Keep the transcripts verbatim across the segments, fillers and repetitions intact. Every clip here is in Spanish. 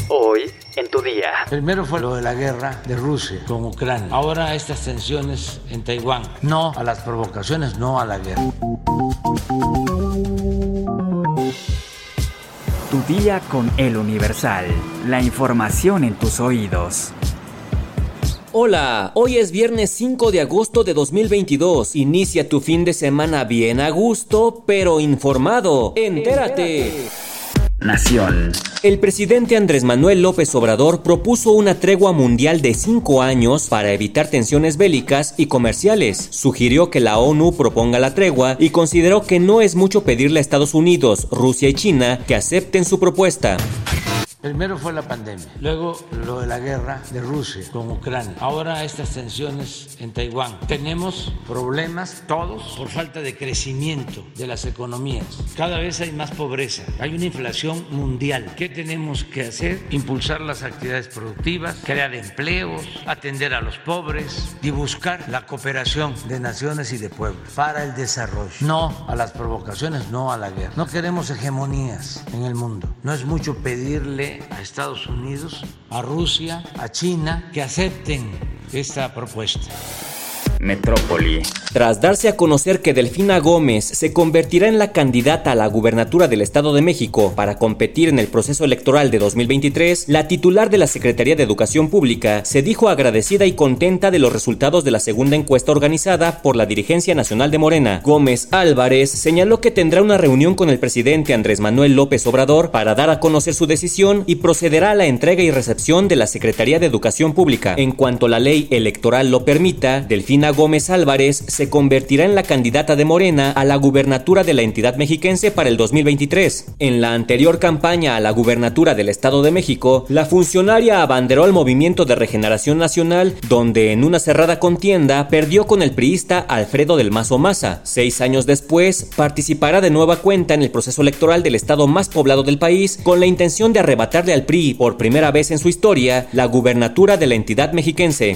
Hoy en tu día. Primero fue lo de la guerra de Rusia con Ucrania. Ahora estas tensiones en Taiwán. No a las provocaciones, no a la guerra. Tu día con El Universal. La información en tus oídos. Hola, hoy es viernes cinco de agosto de dos mil veintidós. Inicia tu fin de semana bien a gusto, pero informado. ¡Entérate! Nación. El presidente Andrés Manuel López Obrador propuso una tregua mundial de cinco años para evitar tensiones bélicas y comerciales. Sugirió que la ONU proponga la tregua y consideró que no es mucho pedirle a Estados Unidos, Rusia y China que acepten su propuesta. Primero fue la pandemia, luego lo de la guerra de Rusia con Ucrania. Ahora estas tensiones en Taiwán. Tenemos problemas todos por falta de crecimiento de las economías. Cada vez hay más pobreza, hay una inflación mundial. ¿Qué tenemos que hacer? Impulsar las actividades productivas, crear empleos, atender a los pobres y buscar la cooperación de naciones y de pueblos para el desarrollo. No a las provocaciones, no a la guerra. No queremos hegemonías en el mundo. No es mucho pedirle a Estados Unidos, a Rusia, a China, que acepten esta propuesta. Metrópoli. Tras darse a conocer que Delfina Gómez se convertirá en la candidata a la gubernatura del Estado de México para competir en el proceso electoral de dos mil veintitrés, la titular de la Secretaría de Educación Pública se dijo agradecida y contenta de los resultados de la segunda encuesta organizada por la dirigencia nacional de Morena. Gómez Álvarez señaló que tendrá una reunión con el presidente Andrés Manuel López Obrador para dar a conocer su decisión y procederá a la entrega y recepción de la Secretaría de Educación Pública. En cuanto la ley electoral lo permita, Delfina Gómez Álvarez se convertirá en la candidata de Morena a la gubernatura de la entidad mexiquense para el dos mil veintitrés. En la anterior campaña a la gubernatura del Estado de México, la funcionaria abanderó al Movimiento de Regeneración Nacional, donde en una cerrada contienda perdió con el priista Alfredo del Mazo Maza. Seis años después, participará de nueva cuenta en el proceso electoral del estado más poblado del país, con la intención de arrebatarle al P R I, por primera vez en su historia, la gubernatura de la entidad mexiquense.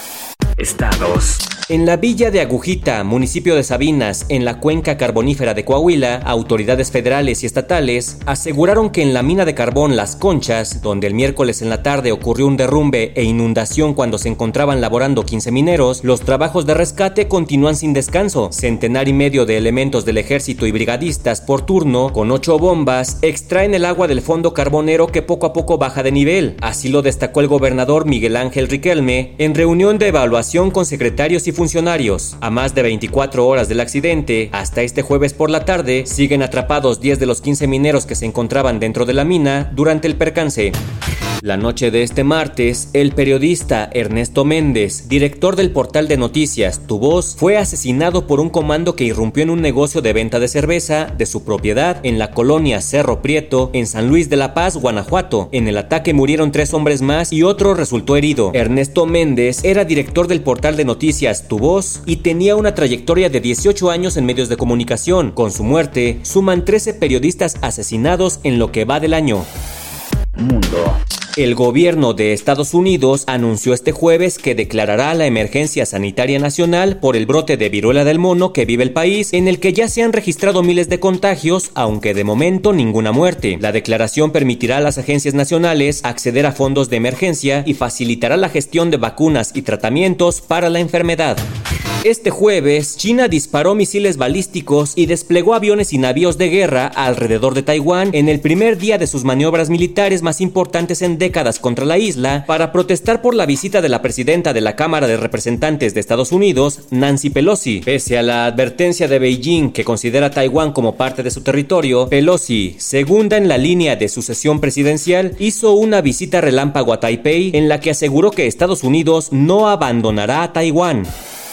Estados. En la villa de Agujita, municipio de Sabinas, en la cuenca carbonífera de Coahuila, autoridades federales y estatales aseguraron que en la mina de carbón Las Conchas, donde el miércoles en la tarde ocurrió un derrumbe e inundación cuando se encontraban laborando quince mineros, los trabajos de rescate continúan sin descanso. Centenar y medio de elementos del ejército y brigadistas por turno, con ocho bombas, extraen el agua del fondo carbonero que poco a poco baja de nivel. Así lo destacó el gobernador Miguel Ángel Riquelme en reunión de evaluación con secretarios y funcionarios. A más de veinticuatro horas del accidente, hasta este jueves por la tarde, siguen atrapados diez de los quince mineros que se encontraban dentro de la mina durante el percance. La noche de este martes, el periodista Ernesto Méndez, director del portal de noticias Tu Voz, fue asesinado por un comando que irrumpió en un negocio de venta de cerveza de su propiedad en la colonia Cerro Prieto, en San Luis de la Paz, Guanajuato. En el ataque murieron tres hombres más y otro resultó herido. Ernesto Méndez era director del portal de noticias Tu Voz y tenía una trayectoria de dieciocho años en medios de comunicación. Con su muerte, suman trece periodistas asesinados en lo que va del año. Mundo. El gobierno de Estados Unidos anunció este jueves que declarará la emergencia sanitaria nacional por el brote de viruela del mono que vive el país, en el que ya se han registrado miles de contagios, aunque de momento ninguna muerte. La declaración permitirá a las agencias nacionales acceder a fondos de emergencia y facilitará la gestión de vacunas y tratamientos para la enfermedad. Este jueves, China disparó misiles balísticos y desplegó aviones y navíos de guerra alrededor de Taiwán en el primer día de sus maniobras militares más importantes en décadas contra la isla, para protestar por la visita de la presidenta de la Cámara de Representantes de Estados Unidos, Nancy Pelosi. Pese a la advertencia de Beijing, que considera a Taiwán como parte de su territorio, Pelosi, segunda en la línea de sucesión presidencial, hizo una visita relámpago a Taipei en la que aseguró que Estados Unidos no abandonará a Taiwán.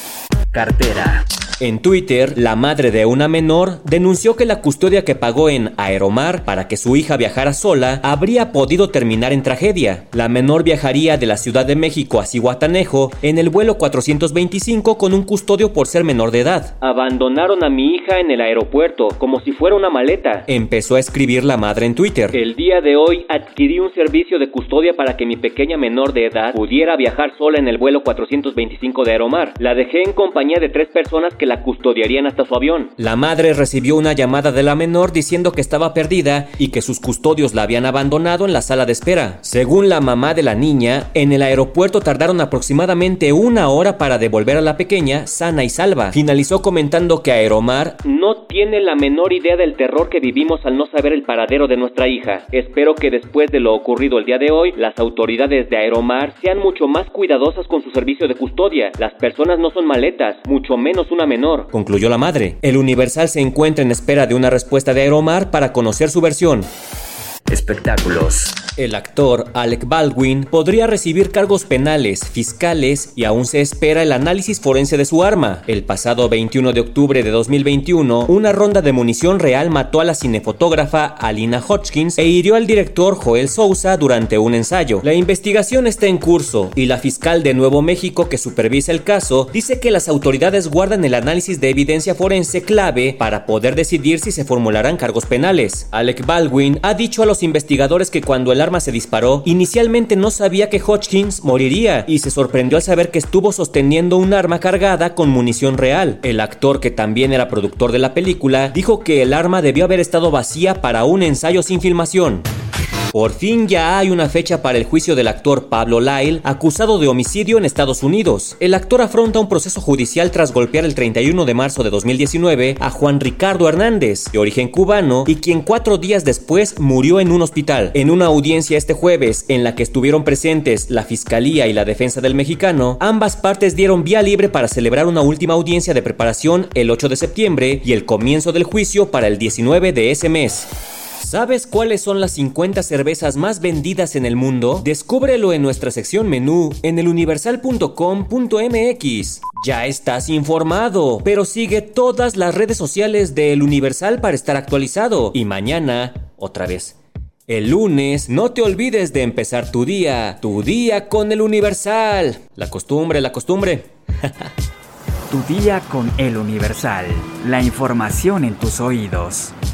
Cartera. En Twitter, la madre de una menor denunció que la custodia que pagó en Aeromar para que su hija viajara sola habría podido terminar en tragedia. La menor viajaría de la Ciudad de México a Zihuatanejo en el vuelo cuatrocientos veinticinco con un custodio por ser menor de edad. Abandonaron a mi hija en el aeropuerto como si fuera una maleta, empezó a escribir la madre en Twitter. El día de hoy adquirí un servicio de custodia para que mi pequeña menor de edad pudiera viajar sola en el vuelo cuatrocientos veinticinco de Aeromar. La dejé en compañía de tres personas que la custodiarían hasta su avión. La madre recibió una llamada de la menor diciendo que estaba perdida y que sus custodios la habían abandonado en la sala de espera. Según la mamá de la niña, en el aeropuerto tardaron aproximadamente una hora para devolver a la pequeña sana y salva. Finalizó comentando que Aeromar no tiene la menor idea del terror que vivimos al no saber el paradero de nuestra hija. Espero que después de lo ocurrido el día de hoy, las autoridades de Aeromar sean mucho más cuidadosas con su servicio de custodia. Las personas no son maletas, mucho menos una menor, concluyó la madre. El Universal se encuentra en espera de una respuesta de Aeromar para conocer su versión. Espectáculos. El actor Alec Baldwin podría recibir cargos penales, fiscales y aún se espera el análisis forense de su arma. El pasado veintiuno de octubre de dos mil veintiuno, una ronda de munición real mató a la cinefotógrafa Alina Hodgkins e hirió al director Joel Souza durante un ensayo. La investigación está en curso y la fiscal de Nuevo México que supervisa el caso dice que las autoridades guardan el análisis de evidencia forense clave para poder decidir si se formularán cargos penales. Alec Baldwin ha dicho a los investigadores que cuando el arma se disparó, inicialmente no sabía que Hodgkins moriría y se sorprendió al saber que estuvo sosteniendo un arma cargada con munición real. El actor, que también era productor de la película, dijo que el arma debió haber estado vacía para un ensayo sin filmación. Por fin ya hay una fecha para el juicio del actor Pablo Lyle, acusado de homicidio en Estados Unidos. El actor afronta un proceso judicial tras golpear el treinta y uno de marzo de dos mil diecinueve a Juan Ricardo Hernández, de origen cubano, y quien cuatro días después murió en un hospital. En una audiencia este jueves, en la que estuvieron presentes la fiscalía y la defensa del mexicano, ambas partes dieron vía libre para celebrar una última audiencia de preparación el ocho de septiembre y el comienzo del juicio para el diecinueve de ese mes. ¿Sabes cuáles son las cincuenta cervezas más vendidas en el mundo? Descúbrelo en nuestra sección menú en el universal punto com punto m x. Ya estás informado, pero sigue todas las redes sociales de El Universal para estar actualizado. Y mañana, otra vez, el lunes, no te olvides de empezar tu día, tu día con El Universal. La costumbre, la costumbre. Tu día con El Universal. La información en tus oídos.